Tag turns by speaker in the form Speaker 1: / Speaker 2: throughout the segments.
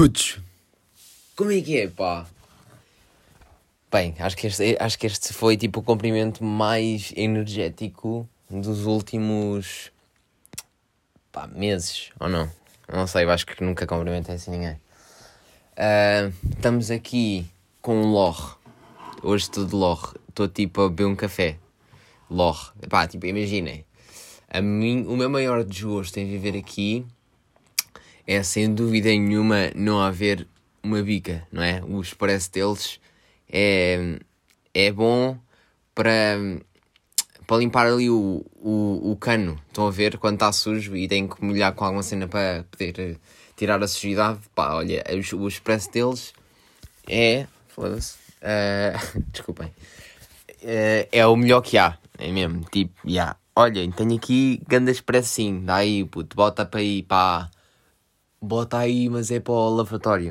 Speaker 1: Putos, como é que é, pá? Bem, acho que este foi tipo o cumprimento mais energético dos últimos, meses, ou não? Não sei, eu acho que nunca cumprimentei assim ninguém. Estamos aqui com um lorre. Hoje estou de lorre. Estou tipo a beber um café. Lorre. Pá, tipo, imaginem. O meu maior desgosto em viver aqui é, sem dúvida nenhuma, não haver uma bica, não é? O expresso deles é bom para limpar ali o cano. Estão a ver quando está sujo e tem que molhar com alguma cena para poder tirar a sujidade. Pá, olha, o expresso deles é... Foda-se. Desculpem. É o melhor que há. É mesmo. Tipo, olhem, tenho aqui ganda expresso sim. Dá aí, puto. Bota para aí, pá. Bota aí, mas é para o lavatório.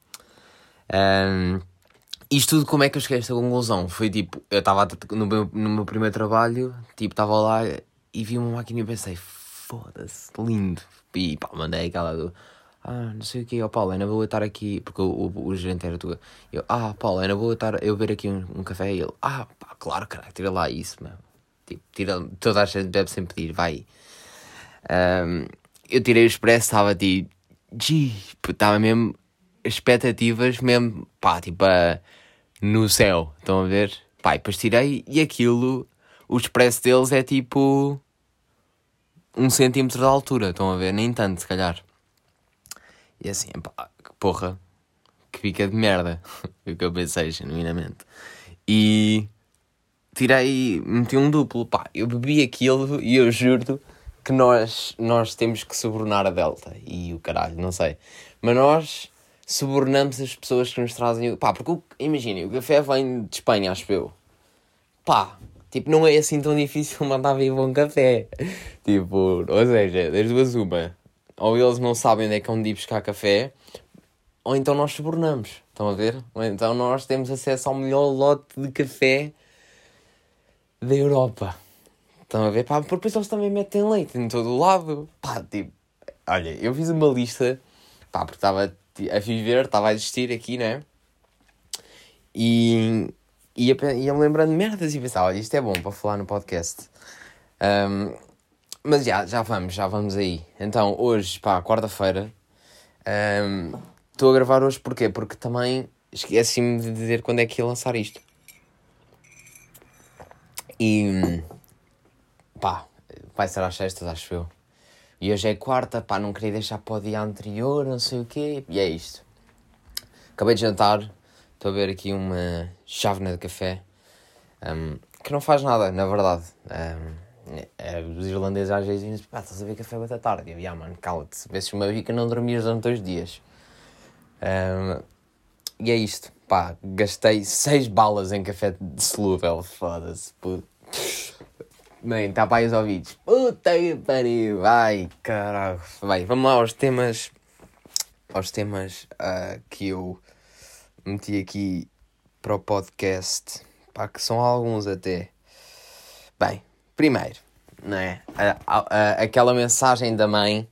Speaker 1: Isto tudo, como é que eu cheguei a esta conclusão? Foi tipo, eu estava no meu primeiro trabalho, tipo, estava lá e vi uma máquina e pensei, foda-se, lindo. E pá, mandei aquela do, não sei o quê, Paulo, ainda vou estar aqui, porque o gerente era tu. Eu, Paulo, ainda vou estar, eu beber aqui um café. E ele, pá, claro, caralho, tira lá isso, meu. Tipo, toda a gente deve sempre pedir, vai. Eu tirei o expresso, estava tipo, estava mesmo, expectativas mesmo, pá, tipo, no céu, estão a ver? Pá, e depois tirei e aquilo, o expresso deles é tipo 1 cm de altura, estão a ver? Nem tanto, se calhar. E assim, pá, porra, que pica de merda, o que eu pensei, genuinamente. E tirei, meti um duplo, pá, eu bebi aquilo e eu juro que nós temos que subornar a Delta e o caralho, não sei. Mas nós subornamos as pessoas que nos trazem... Pá, porque imaginem, o café vem de Espanha, acho eu. Pá, tipo, não é assim tão difícil mandar vir bom café. Tipo, ou seja, das duas uma. Ou eles não sabem onde é que é onde ir buscar café, ou então nós subornamos, estão a ver? Ou então nós temos acesso ao melhor lote de café da Europa. Estão a ver? Pá, porque depois eles também metem leite em todo o lado. Pá, tipo... Olha, eu fiz uma lista... Pá, porque estava a viver, estava a existir aqui, né? E ia-me lembrando de merdas e pensava, olha, isto é bom para falar no podcast. Mas já vamos aí. Então, hoje, pá, quarta-feira... Estou a gravar hoje porquê? Porque também esqueci-me de dizer quando é que ia lançar isto. E... pá, vai ser às sextas, acho eu. E hoje é quarta, pá, não queria deixar para o dia anterior, não sei o quê. E é isto. Acabei de jantar. Estou a ver aqui uma chávena de café. Que não faz nada, na verdade. Os irlandeses às vezes dizem, pá, estás a ver café da tarde? E eu, mano, cala-te. Se vesses uma bica não dormias durante 2 dias. E é isto. Pá, gastei 6 balas em café solúvel. Foda-se, puto. Bem, está para aí os ouvidos. Puta que pariu. Ai, caralho. Vai, vamos lá aos temas. Que eu meti aqui para o podcast. Pá, que são alguns até. Bem, primeiro, não é? Aquela mensagem da mãe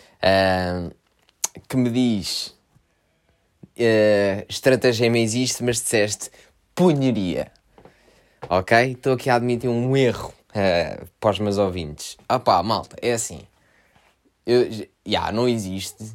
Speaker 1: que me diz estratagema existe, mas disseste punheria. Ok? Estou aqui a admitir um erro para os meus ouvintes. Malta, é assim. Não existe.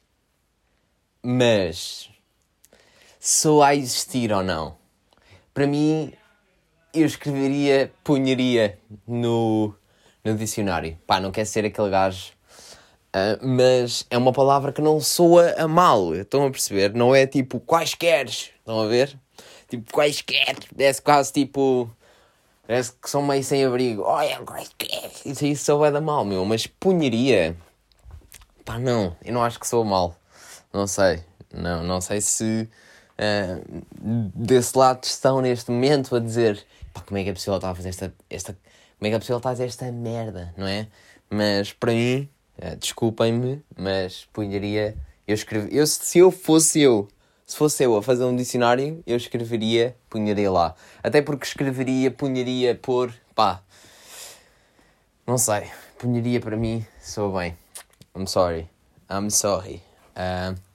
Speaker 1: Mas só a existir ou não? Para mim, eu escreveria punheria no dicionário. Pá, não quer ser aquele gajo. Mas é uma palavra que não soa a mal. Estão a perceber? Não é tipo quaisqueres. Estão a ver? Tipo quaisquer. Parece quase tipo... Parece que são meio sem abrigo. Olha, isso aí soa da mal, meu. Mas punheria... Pá, não. Eu não acho que soa mal. Não sei. Não sei se... desse lado estão neste momento a dizer... Pá, como é que a pessoa está a fazer esta... Como é que a pessoa está a dizer esta merda, não é? Mas, para mim... desculpem-me, mas punharia... Se fosse eu a fazer um dicionário, eu escreveria punharia lá. Até porque escreveria punharia por... Pá... Não sei. Punharia para mim soa bem. I'm sorry.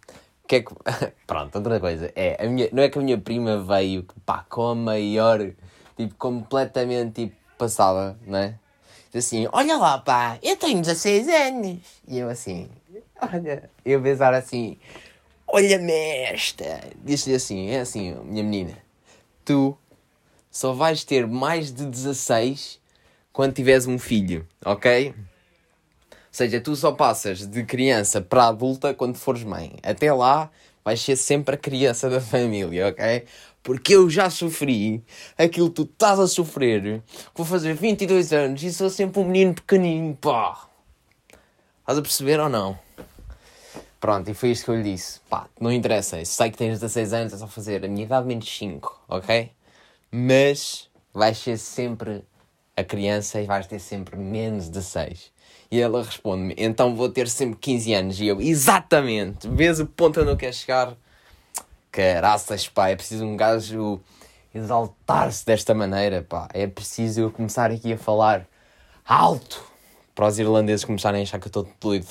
Speaker 1: que é que... Pronto, outra coisa. Não é que a minha prima veio, pá, com a maior, tipo, completamente, tipo, passada, não é? Diz assim, olha lá, pá, eu tenho 16 anos. E eu assim, olha, eu pensar assim, olha-me esta. Diz-lhe assim, é assim, minha menina, tu só vais ter mais de 16 quando tiveres um filho, ok? Ou seja, tu só passas de criança para adulta quando fores mãe. Até lá, vais ser sempre a criança da família, ok? Porque eu já sofri aquilo que tu estás a sofrer. Vou fazer 22 anos e sou sempre um menino pequenino, pá. Estás a perceber ou não? Pronto, e foi isto que eu lhe disse. Pá, não interessa. Sei que tens 16 anos, é só fazer a minha idade menos 5, ok? Mas vais ser sempre a criança e vais ter sempre menos de 6. E ela responde-me, então vou ter sempre 15 anos. E eu, exatamente, vês o ponto onde eu quero chegar? Caraças, pá, é preciso um gajo exaltar-se desta maneira, pá. É preciso eu começar aqui a falar alto para os irlandeses começarem a achar que eu estou doido.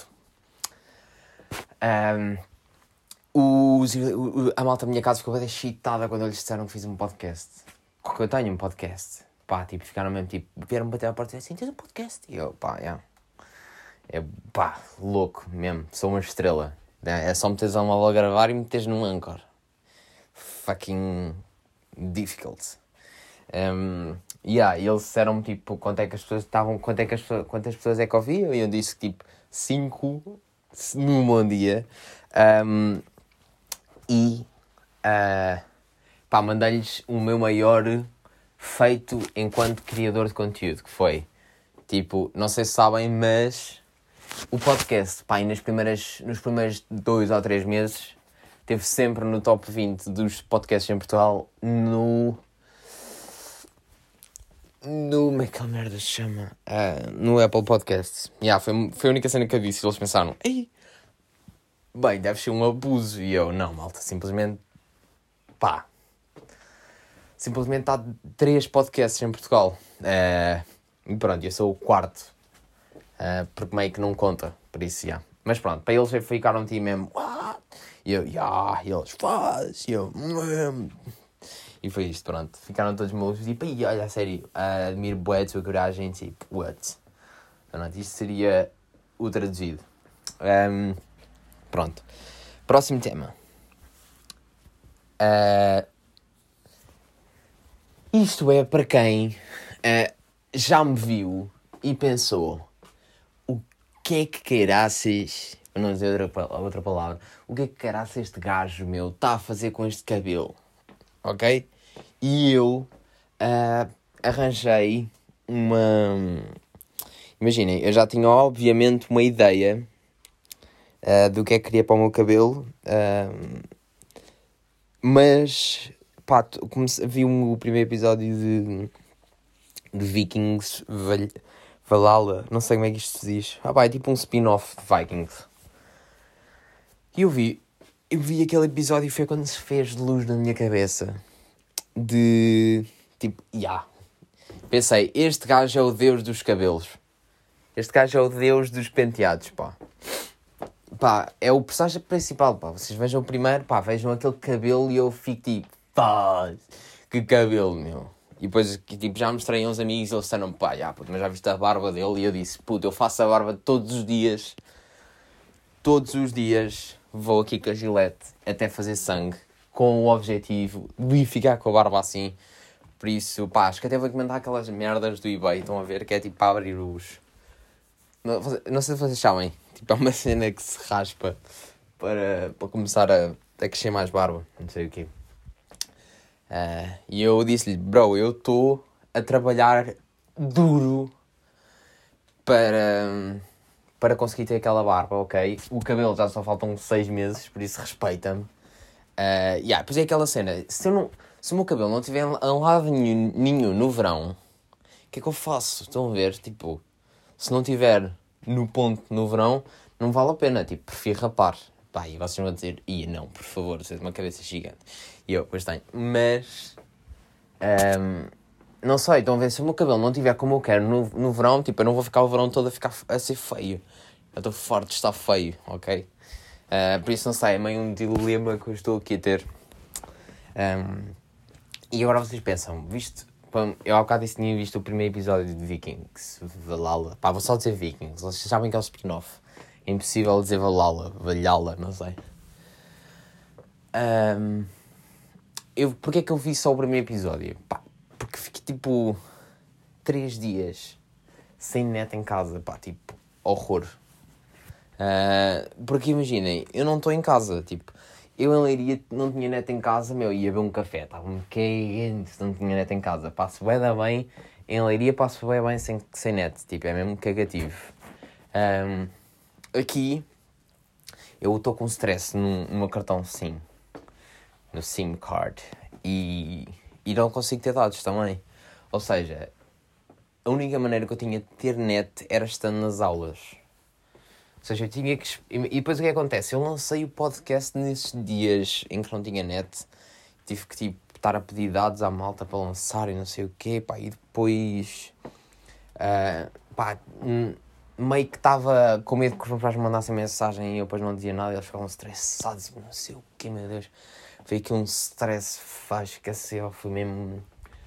Speaker 1: A malta da minha casa ficou bem excitada quando eles disseram que fiz um podcast. Porque eu tenho um podcast. Pá, tipo, ficaram mesmo, tipo, vieram-me bater à porta e assim, tens um podcast? E eu, pá, é pá, louco mesmo, sou uma estrela. É só meteres a mala a gravar e meteres num Anchor. Fucking difficult. E eles disseram-me, tipo, quanto é que as pessoas estavam, quantas pessoas é que ouviam? E eu disse, tipo, 5 num bom dia. Pá, mandei-lhes o meu maior feito enquanto criador de conteúdo, que foi, tipo, não sei se sabem, mas o podcast, pá, e nos primeiros 2 ou 3 meses, esteve sempre no top 20 dos podcasts em Portugal no como é que a merda se chama? No Apple Podcasts. Foi a única cena que eu disse e eles pensaram, ei, bem, deve ser um abuso. E eu, não, malta, simplesmente há 3 podcasts em Portugal. E pronto, eu sou o 4º. Porque meio que não conta, por isso, Mas pronto, para eles ficaram tipo mesmo, what? E eu, e eles, faz, e eu, E foi isto, pronto. Ficaram todos malucos, tipo, olha, a sério, admiro bué a tua coragem, tipo, what? Pronto, isto seria o traduzido. Pronto. Próximo tema. Isto é para quem já me viu e pensou, o que é que caraças, para não dizer outra palavra, o que é que caraças este gajo meu está a fazer com este cabelo? Ok? E eu arranjei uma... Imaginem, eu já tinha obviamente uma ideia do que é que queria para o meu cabelo, mas pá, vi o primeiro episódio de Vikings Valhalla, não sei como é que isto se diz. É tipo um spin-off de Vikings. E eu vi aquele episódio e foi quando se fez luz na minha cabeça. De tipo, pensei, este gajo é o deus dos cabelos. Este gajo é o deus dos penteados, pá. Pá, é o personagem principal, pá. Vocês vejam o primeiro, pá, vejam aquele cabelo e eu fico tipo, pá, que cabelo, meu. E depois, tipo, já mostrei a uns amigos e eles disseram, pá, puto, mas já viste a barba dele? E eu disse, puto, eu faço a barba todos os dias. Todos os dias vou aqui com a Gillette até fazer sangue, com o objetivo de ficar com a barba assim. Por isso, pá, acho que até vou encomendar aquelas merdas do eBay, estão a ver? Que é tipo para abrir os... Não sei se vocês sabem, tipo, é uma cena que se raspa para começar a crescer mais barba, não sei o quê. E eu disse-lhe, bro, eu estou a trabalhar duro para conseguir ter aquela barba, ok? O cabelo já só faltam 6 meses, por isso respeita-me. Pois é aquela cena, se o meu cabelo não tiver a lado nenhum no verão, o que é que eu faço? Estão a ver? Tipo, se não tiver no ponto no verão, não vale a pena, tipo, prefiro rapar. Pá, e vocês vão dizer, não, por favor, você tem uma cabeça gigante. E eu, pois tenho. Mas, não sei, estão a ver, se o meu cabelo não tiver como eu quero no verão, tipo, eu não vou ficar o verão todo a ser feio. Eu estou farto de estar feio, ok? Por isso não sei, é meio um dilema que eu estou aqui a ter. E agora vocês pensam, eu há bocado tinha visto o primeiro episódio de Vikings, Valhalla. Pá, vou só dizer Vikings, vocês sabem que é o spin-off. É impossível dizer Valhalla, não sei. Porquê é que eu vi só o primeiro episódio? Pá, porque fiquei tipo 3 dias sem net em casa, pá, tipo, horror. Porque imaginem, eu não estou em casa, tipo, eu em Leiria não tinha net em casa, ia beber um café, estava-me cagando se não tinha net em casa. Passo bué da bem, em Leiria passo bué bem sem net, tipo, é mesmo cagativo. Aqui, eu estou com stress no meu cartão SIM, no SIM card, e não consigo ter dados também. Ou seja, a única maneira que eu tinha de ter net era estando nas aulas. Ou seja, eu tinha que... E depois o que acontece? Eu lancei o podcast nesses dias em que não tinha net. Tive que, tipo, estar a pedir dados à malta para lançar e não sei o quê, pá. E depois... meio que estava com medo que os meus pais me mandassem mensagem e eu depois não dizia nada. Eles ficavam estressados e não sei o quê, meu Deus. Foi aqui um stress faz que foi mesmo...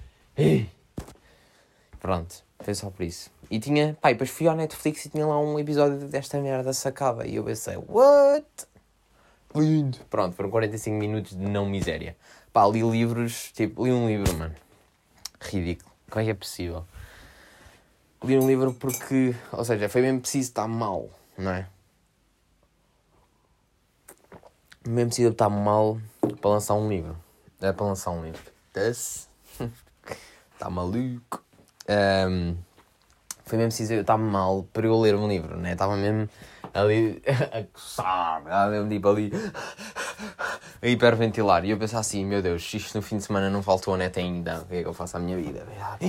Speaker 1: Pronto, foi só por isso. E tinha, pá, e depois fui ao Netflix e tinha lá um episódio desta merda sacada. E eu pensei, what? Lindo. Pronto, foram 45 minutos de não miséria. Pá, li livros, tipo, li um livro, mano. Ridículo. Como é que é possível? Li um livro porque, ou seja, foi mesmo preciso estar mal, não é? Mesmo preciso estar mal para lançar um livro. Para lançar um livro. Está maluco. Foi mesmo preciso eu estar mal para eu ler um livro, né? Estava mesmo ali a coçar, estava mesmo tipo ali a hiperventilar. E eu pensava assim, meu Deus, se isto no fim de semana não faltou a net ainda, o que é que eu faço à minha vida?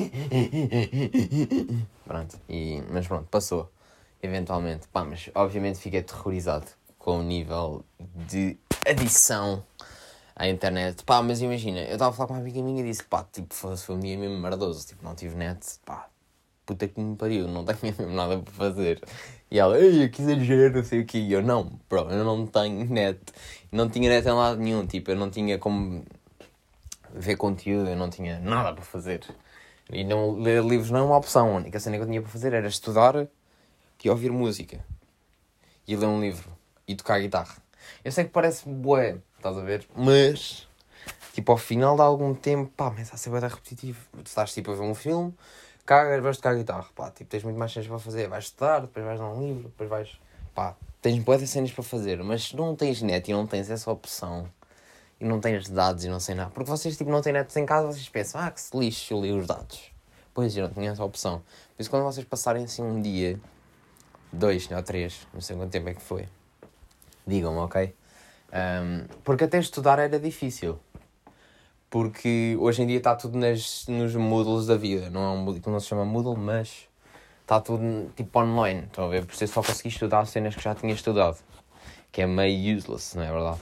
Speaker 1: Pronto, mas pronto, passou, eventualmente. Pá, mas obviamente fiquei aterrorizado com o nível de adição à internet. Pá, mas imagina, eu estava a falar com uma amiga minha e disse, pá, tipo, foi um dia mesmo merdoso, tipo, não tive net, pá. Puta que me pariu, não tenho mesmo nada para fazer. E ela, ei, que exagero, não sei o quê. E eu, não, bro, eu não tenho net. Não tinha net em lado nenhum, tipo, eu não tinha como ver conteúdo, eu não tinha nada para fazer. E não, ler livros não é uma opção, a única cena que eu tinha para fazer era estudar e ouvir música. E ler um livro. E tocar guitarra. Eu sei que parece bué, estás a ver? Mas, tipo, ao final de algum tempo, pá, mas a ser bué repetitivo. Tu estás, tipo, a ver um filme... Cagas, vais tocar guitarra, pá, tipo, tens muito mais cenas para fazer, vais estudar, depois vais ler um livro, depois vais, pá, tens muitas cenas para fazer, mas se não tens net e não tens essa opção, e não tens dados e não sei nada, porque vocês, tipo, não têm net em casa, vocês pensam, que se lixo, eu li os dados. Pois, eu não tinha essa opção. Por isso, quando vocês passarem, assim, um dia, 2 ou 3, não sei quanto tempo é que foi, digam-me, ok? Porque até estudar era difícil. Porque hoje em dia está tudo nos Moodles da vida. Não é um Moodle, não se chama Moodle, mas está tudo tipo online. Estão a ver? Por isso eu só consegui estudar cenas que já tinha estudado. Que é meio useless, não é verdade?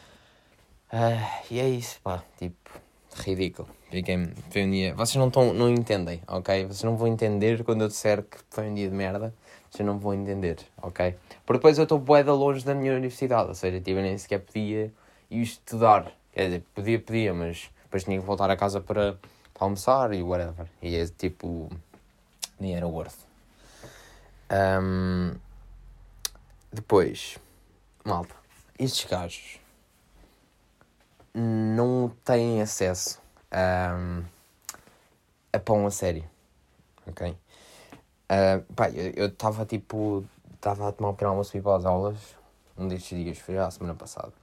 Speaker 1: E é isso, pá. Tipo, ridículo. Foi um dia... Vocês não entendem, ok? Vocês não vão entender quando eu disser que foi um dia de merda. Vocês não vão entender, ok? Porque depois eu estou bué de longe da minha universidade. Ou seja, tipo, eu nem sequer podia ir estudar. Quer dizer, podia, mas... Depois tinha que voltar a casa para almoçar e whatever. E é tipo... Nem era worth. Depois... Malta. Estes gajos... Não têm acesso a pão a sério. Ok? Pá, eu estava tipo... Estava a tomar um pequeno almoço para ir para as aulas. Um destes dias. Foi já a semana passada.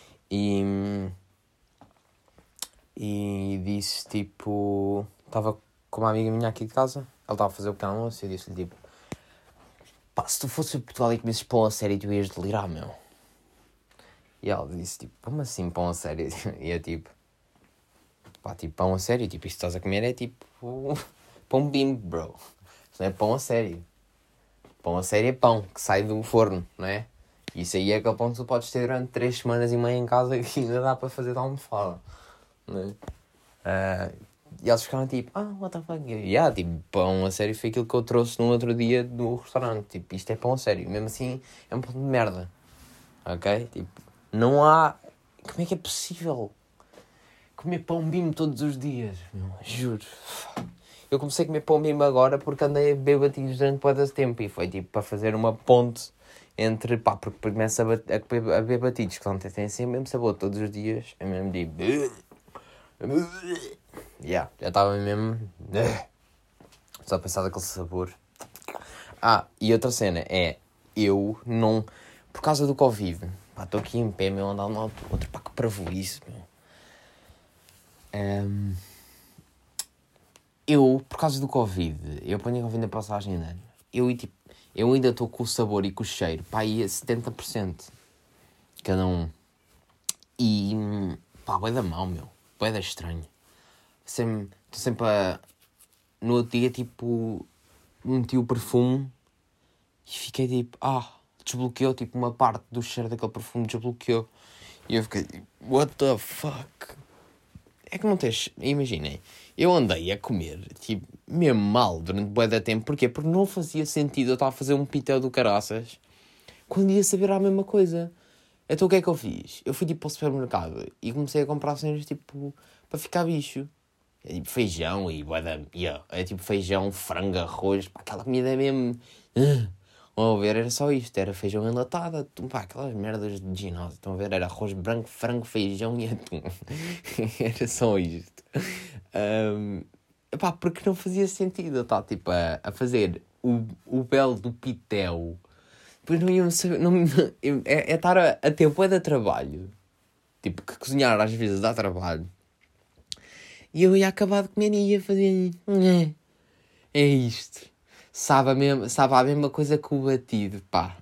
Speaker 1: E disse, tipo... Estava com uma amiga minha aqui de casa. Ela estava a fazer o pequeno almoço e eu disse-lhe, tipo... Pá, se tu fosses a Portugal e comesses pão a sério, tu ias delirar, meu. E ela disse, tipo... Como assim pão a sério? E é tipo... Pá, tipo, pão a sério. Tipo, isto que estás a comer é tipo... Pão bimbo, bro. Isso não é pão a sério. Pão a sério é pão que sai do forno, não é? Isso aí é aquele pão que tu podes ter durante 3 semanas e meia em casa e ainda dá para fazer de almofada. Né? E eles ficaram tipo, what the fuck? Tipo, pão a sério foi aquilo que eu trouxe no outro dia do restaurante. Tipo, isto é pão a sério. Mesmo assim, é um pão de merda. ok? Tipo, não há... Como é que é possível comer pão bimo todos os dias? Meu, juro. Eu comecei a comer pão bimo agora porque andei a beber batidos durante bué de tempo e foi tipo para fazer uma ponte entre, pá, porque começo a beber batidos que não têm sempre o mesmo sabor todos os dias, é mesmo de... já estava mesmo... Só a pensar daquele sabor. E outra cena é, eu não... Por causa do Covid, pá, estou aqui em pé, meu, andar de um lado para o outro, pá, que parvo isso, meu. Eu, por causa do Covid, eu apanhei Covid na passagem de ano. Eu ainda estou com o sabor e com o cheiro, pá, aí a 70%. Cada um. E, pá, bué da mal, meu. Bué da estranho. Estou sempre a... No outro dia, tipo, meti o perfume e fiquei tipo, desbloqueou, tipo, uma parte do cheiro daquele perfume desbloqueou. E eu fiquei tipo, what the fuck? É que não tens... Imaginem, eu andei a comer, tipo, mesmo mal durante bué da tempo. Porquê? Porque não fazia sentido eu estar a fazer um pitel do caraças quando ia saber a mesma coisa. Então o que é que eu fiz? Eu fui tipo para o supermercado e comecei a comprar cenas tipo para ficar bicho. É tipo feijão e bué da... É tipo feijão, frango, arroz. Pá, aquela comida é mesmo... Vão a ver, era só isto. Era feijão enlatado. Pá, aquelas merdas de ginásio. Estão a ver? Era arroz branco, frango, feijão e atum. Era só isto. Pá, porque não fazia sentido. Eu estava tipo a fazer o belo do pitel. Depois não iam saber... É estar a ter bué de trabalho. Tipo, que cozinhar às vezes dá trabalho. E eu ia acabar de comer e ia fazer... É isto. Sabe a mesma coisa que o batido, pá.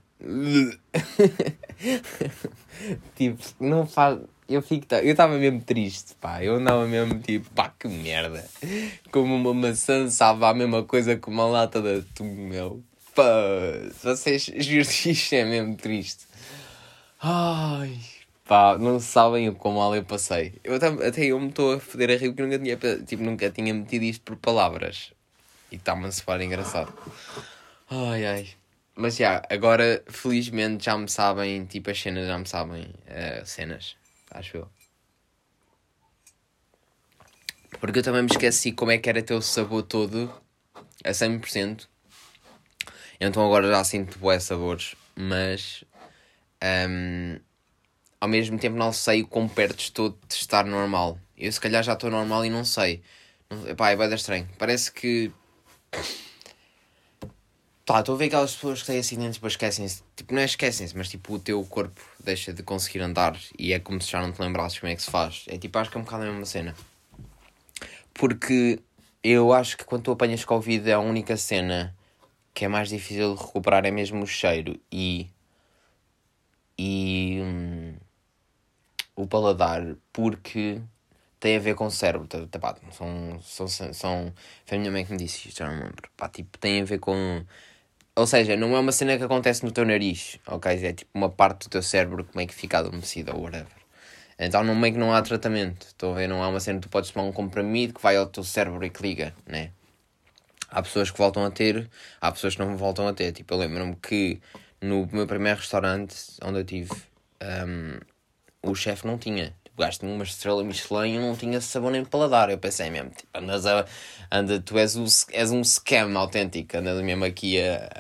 Speaker 1: Tipo, não faz... Eu estava mesmo triste, pá. Eu andava mesmo tipo, pá, que merda. Como uma maçã sabe a mesma coisa que uma lata de atum, meu. Pá, vocês, juro, isto é mesmo triste. Ai, pá, não sabem o quão mal eu passei. Até eu me estou a foder a rir porque nunca tinha metido isto por palavras. E está-me a soar engraçado. Ai, ai. Mas já, agora felizmente já me sabem, tipo as cenas já me sabem cenas, acho eu. Porque eu também me esqueci como é que era ter o sabor todo a 100%. Então agora já sinto bué sabores, mas ao mesmo tempo não sei o quão perto estou de estar normal. Eu se calhar já estou normal e não sei. Pá, é bué estranho. Parece que... estou a ver aquelas pessoas que têm acidentes e depois esquecem-se. Tipo, não é esquecem-se, mas tipo, o teu corpo deixa de conseguir andar e é como se já não te lembrasses como é que se faz. É tipo, acho que é um bocado a mesma cena. Porque eu acho que quando tu apanhas Covid é a única cena que é mais difícil de recuperar é mesmo o cheiro e o paladar, porque tem a ver com o cérebro. Pá, foi a minha mãe que me disse isto, já não me lembro. Pá, tipo, tem a ver com... Ou seja, não é uma cena que acontece no teu nariz, ok? É tipo uma parte do teu cérebro que meio que fica adormecida ou whatever. Então meio que não há tratamento. Estou a ver, não há uma cena que tu podes tomar um comprimido que vai ao teu cérebro e que liga, né? Há pessoas que voltam a ter, há pessoas que não voltam a ter. Tipo, eu lembro-me que no meu primeiro restaurante onde eu tive, o chefe não tinha. Tipo, o gajo tinha uma estrela Michelin e não tinha sabor nem paladar. Eu pensei mesmo, tipo, tu és um scam autêntico. Andas mesmo aqui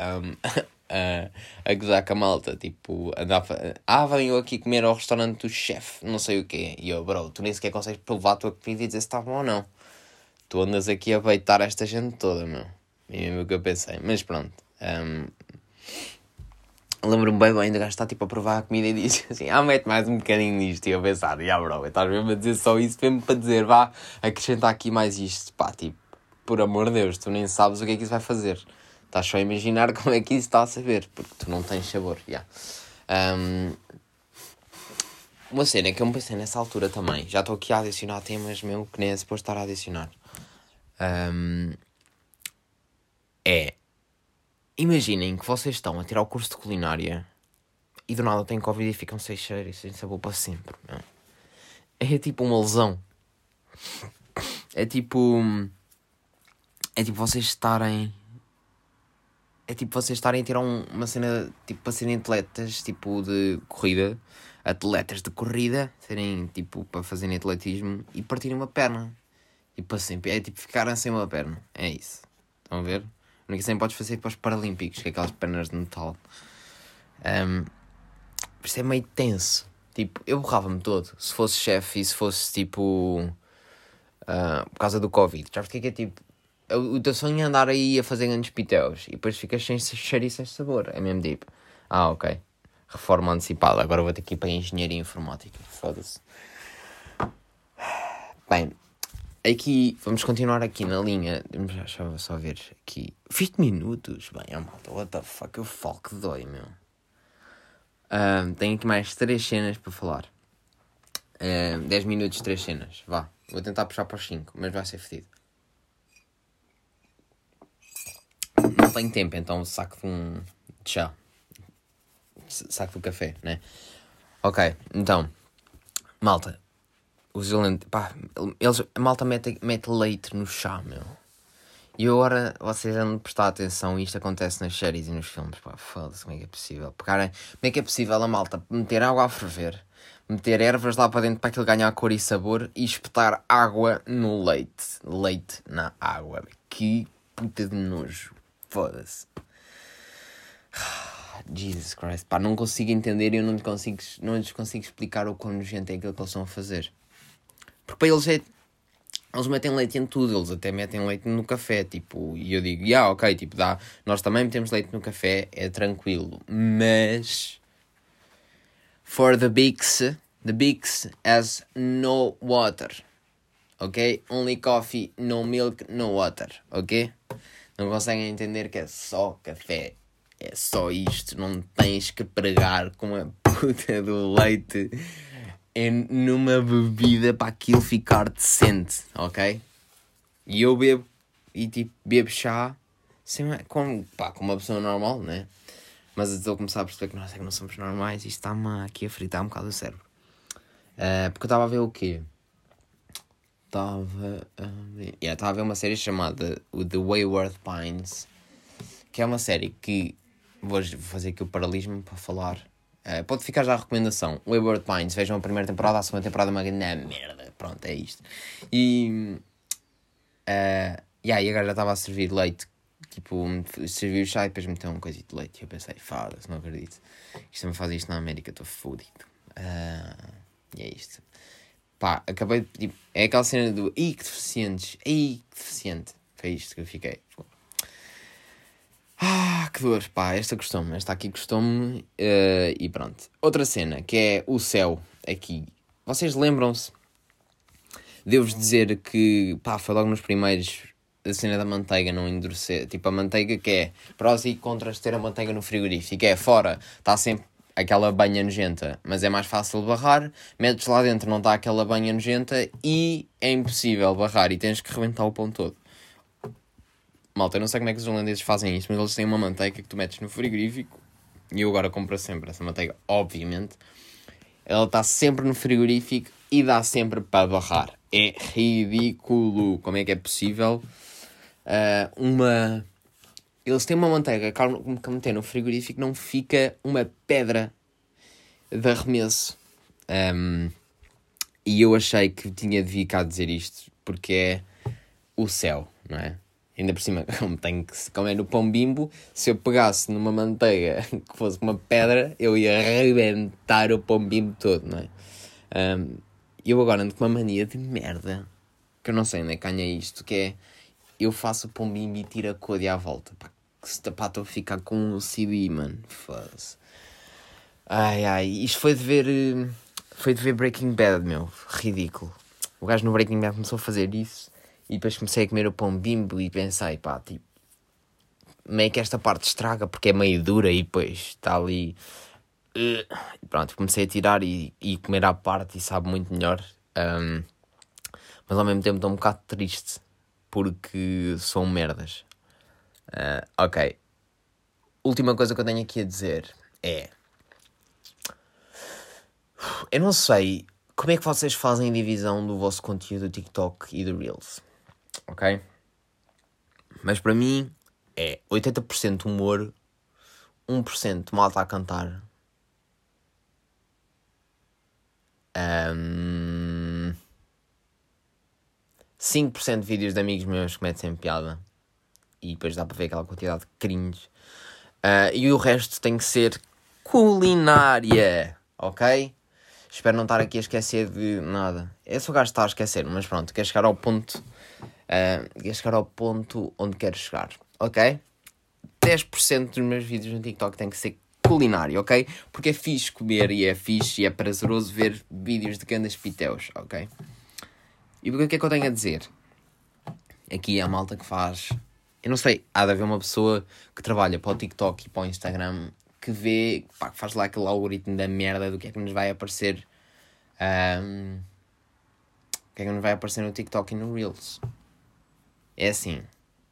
Speaker 1: a gozar com a malta. Tipo, venho aqui comer ao restaurante do chefe, não sei o quê. E eu, bro, tu nem sequer consegues provar a tua comida e dizer se está bom ou não. Tu andas aqui a beitar esta gente toda, meu. E é o que eu pensei. Mas pronto. Lembro-me bem ainda o gajo está tipo a provar a comida e diz assim, mete mais um bocadinho nisto. E eu pensar, bro, estás mesmo a dizer só isso mesmo para dizer, vá, acrescenta aqui mais isto. Pá, tipo, por amor de Deus, tu nem sabes o que é que isso vai fazer. Estás só a imaginar como é que isso está a saber, porque tu não tens sabor, uma cena que eu me pensei nessa altura também, já estou aqui a adicionar temas mesmo que nem é suposto estar a adicionar. Imaginem que vocês estão a tirar o curso de culinária e do nada têm Covid e ficam sem cheiro e sem sabor para sempre. Não? É tipo uma lesão. É tipo vocês estarem... é tipo vocês estarem a tirar uma cena tipo para serem atletas tipo de corrida, atletas de corrida, serem tipo para fazerem atletismo e partirem uma perna. Tipo assim, é tipo ficarem sem uma perna. É isso. Estão a ver? A única cena que podes fazer para os Paralímpicos, que é aquelas pernas de metal. Isto é meio tenso. Tipo, eu borrava-me todo. Se fosse chefe e se fosse tipo. Por causa do Covid. Já porque é tipo. O teu sonho é andar aí a fazer grandes pitéus e depois ficas sem cheiro e sem sabor. É mesmo tipo. Ok. Reforma antecipada. Agora vou ter que ir para a engenharia informática. Foda-se. Bem, aqui. Vamos continuar aqui na linha. Deixa eu só ver aqui. 20 minutos. Bem, malta. What the fuck? Eu falo que dói, meu. Tenho aqui mais 3 cenas para falar. 10 minutos, 3 cenas. Vá. Vou tentar puxar para os 5, mas vai ser fedido. Não tenho tempo, então saco de chá. Saco do café, né? Ok, então. Malta. Os holandeses... Pá, a malta mete leite no chá, meu. E agora vocês andam a prestar atenção. Isto acontece nas séries e nos filmes. Pá, foda-se, como é que é possível? Como é que é possível a malta meter água a ferver, meter ervas lá para dentro para aquilo ganhar cor e sabor e espetar água no leite. Leite na água. Que puta de nojo. Foda-se. Jesus Christ. Pá, não consigo entender e eu não lhes consigo explicar o quão nojento é aquilo que eles estão a fazer. Porque para eles eles metem leite em tudo, eles até metem leite no café, tipo, e eu digo, ok, tipo, nós também metemos leite no café, é tranquilo, mas for the Bix has no water, ok? Only coffee, no milk, no water, ok? Não conseguem entender que é só café, é só isto, não tens que pregar com a puta do leite numa bebida para aquilo ficar decente, ok? E eu bebo, e tipo, bebo chá como uma pessoa normal, né? Mas eu estou a começar a perceber que nós é que não somos normais e isto está-me aqui a fritar um bocado o cérebro. Porque eu estava a ver o quê? Estava a ver uma série chamada The Wayward Pines, que é uma série que vou fazer aqui o paralelismo para falar. Pode ficar já a recomendação. Wayward Pines, vejam a primeira temporada, a segunda temporada é uma grande merda. Pronto, é isto. E agora já estava a servir leite. Tipo, serviu o chá e depois meteu uma coisinha de leite. E eu pensei, foda-se, não acredito. Isto me faz isto na América, estou fodido. E é isto. Pá, acabei de... Tipo, é aquela cena do... que deficientes. Que deficiente. Foi isto que eu fiquei. Que dor, pá, esta aqui custou-me, e pronto. Outra cena, que é o céu aqui. Vocês lembram-se? Devo-vos dizer que, pá, foi logo nos primeiros, a cena da manteiga não endurecer. Tipo, a manteiga que é prós e contras de ter a manteiga no frigorífico. É fora, está sempre aquela banha nojenta, mas é mais fácil de barrar. Metes lá dentro, não está aquela banha nojenta e é impossível barrar e tens que rebentar o pão todo. Malta, eu não sei como é que os holandeses fazem isso, mas eles têm uma manteiga que tu metes no frigorífico e eu agora compro sempre essa manteiga, obviamente. Ela está sempre no frigorífico e dá sempre para barrar. É ridículo. Como é que é possível? Eles têm uma manteiga que meter no frigorífico não fica uma pedra de arremesso. E eu achei que tinha de vir cá dizer isto porque é o céu, não é? Ainda por cima, como é no pão Bimbo, se eu pegasse numa manteiga que fosse uma pedra, eu ia arrebentar o pão Bimbo todo, não é? Eu agora ando com uma mania de merda, que eu não sei onde é que ganha isto, que é, eu faço o pão Bimbo e tiro a côdea à volta. Pá, estou a ficar com um CD, mano. Foda-se. Isto foi de ver Breaking Bad, meu. Ridículo. O gajo no Breaking Bad começou a fazer isso. E depois comecei a comer o pão Bimbo e pensei, pá, tipo, meio que esta parte estraga porque é meio dura e depois está ali. E pronto, comecei a tirar e comer à parte e sabe muito melhor. Mas ao mesmo tempo estou um bocado triste porque são merdas. Ok. Última coisa que eu tenho aqui a dizer é... Eu não sei como é que vocês fazem a divisão do vosso conteúdo do TikTok e do Reels. Ok? Mas para mim, é 80% humor, 1% malta a cantar, 5% de vídeos de amigos meus que metem sempre piada e depois dá para ver aquela quantidade de cringe. E o resto tem que ser culinária, ok? Espero não estar aqui a esquecer de nada. É só gajo estar a esquecer, mas pronto, quero chegar ao ponto. Quero chegar ao ponto onde quero chegar, ok? 10% dos meus vídeos no TikTok tem que ser culinário, ok? Porque é fixe comer e é fixe e é prazeroso ver vídeos de grandes piteus, ok? E o que é que eu tenho a dizer? Aqui é a malta que faz... Eu não sei, há de haver uma pessoa que trabalha para o TikTok e para o Instagram que vê, pá, que faz lá aquele algoritmo da merda do que é que nos vai aparecer. O que é que nos vai aparecer no TikTok e no Reels. É assim.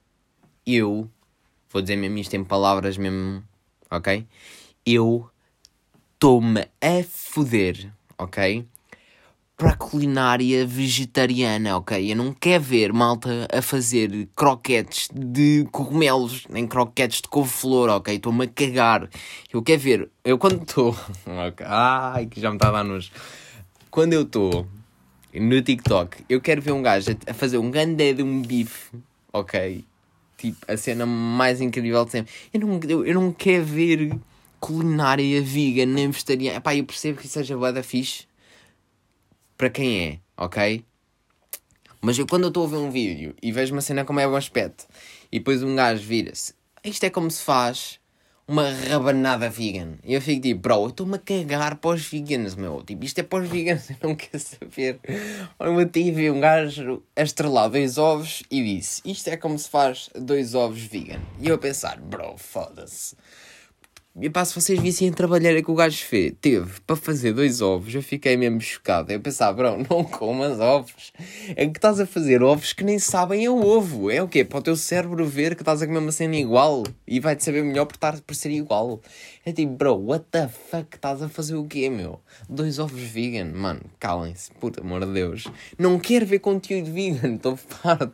Speaker 1: Eu, vou dizer mesmo isto em palavras mesmo, ok? Eu estou-me a foder, ok? Para a culinária vegetariana, ok? Eu não quero ver malta a fazer croquetes de cogumelos, nem croquetes de couve-flor, ok? Estou-me a cagar. Eu quero ver... Eu quando estou... Okay. Ai, que já me está a dar nojo. Quando eu estou no TikTok, eu quero ver um gajo a fazer um gandé de um bife, ok? Tipo, a cena mais incrível de sempre. Eu não quero ver culinária vegan nem vegetariana. Epá, eu percebo que isso seja bué da fixe para quem é, ok? Mas eu quando eu estou a ver um vídeo e vejo uma cena como é o aspecto e depois um gajo vira-se, isto é como se faz uma rabanada vegan. E eu fico tipo, bro, eu estou-me a cagar para os vegans, meu. Tipo, isto é para os vegans, eu não quero saber. Olha, eu tive um gajo a estrelar 2 ovos e disse, isto é como se faz 2 ovos vegan. E eu a pensar, bro, foda-se. E pá, se vocês vissem a trabalhar que o gajo teve para fazer 2 ovos, eu fiquei mesmo chocado. Eu pensava, bro, não comas ovos. É que estás a fazer ovos que nem sabem é o ovo. É o quê? Para o teu cérebro ver que estás a comer uma cena igual e vai-te saber melhor por ser igual. É tipo, bro, what the fuck? Estás a fazer o quê, meu? 2 ovos vegan? Mano, calem-se, por amor de Deus. Não quero ver conteúdo vegan, estou farto.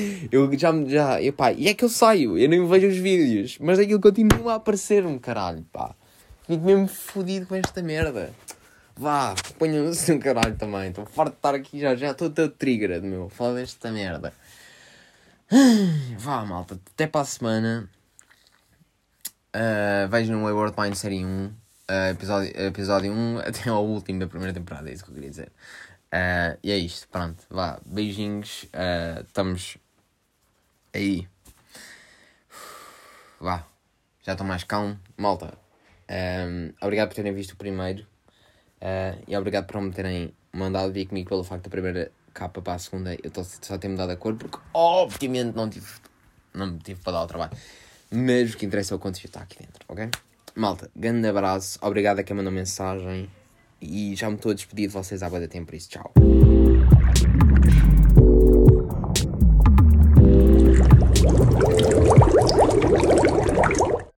Speaker 1: E é que eu saio, eu nem vejo os vídeos, mas aquilo continua a aparecer-me, caralho, pá. Fico mesmo fodido com esta merda. Vá, ponham-se no caralho também. Estou farto de estar aqui já estou todo triggerado, meu. Fala desta merda. Vá, malta, até para a semana. Vejam o Wayward Pine série 1, episódio 1 até ao último da primeira temporada, é isso que eu queria dizer. E é isto, pronto, vá, beijinhos, estamos aí, vá, já estou mais calmo, malta, obrigado por terem visto o primeiro, e obrigado por me terem mandado vir comigo pelo facto da primeira capa para a segunda, eu só ter mudado a cor, porque obviamente não me tive para dar o trabalho, mas o que interessa é o conteúdo que está aqui dentro, ok? Malta, grande abraço, obrigado a quem mandou mensagem, e já me estou a despedir de vocês há bué de tempo, por isso, tchau.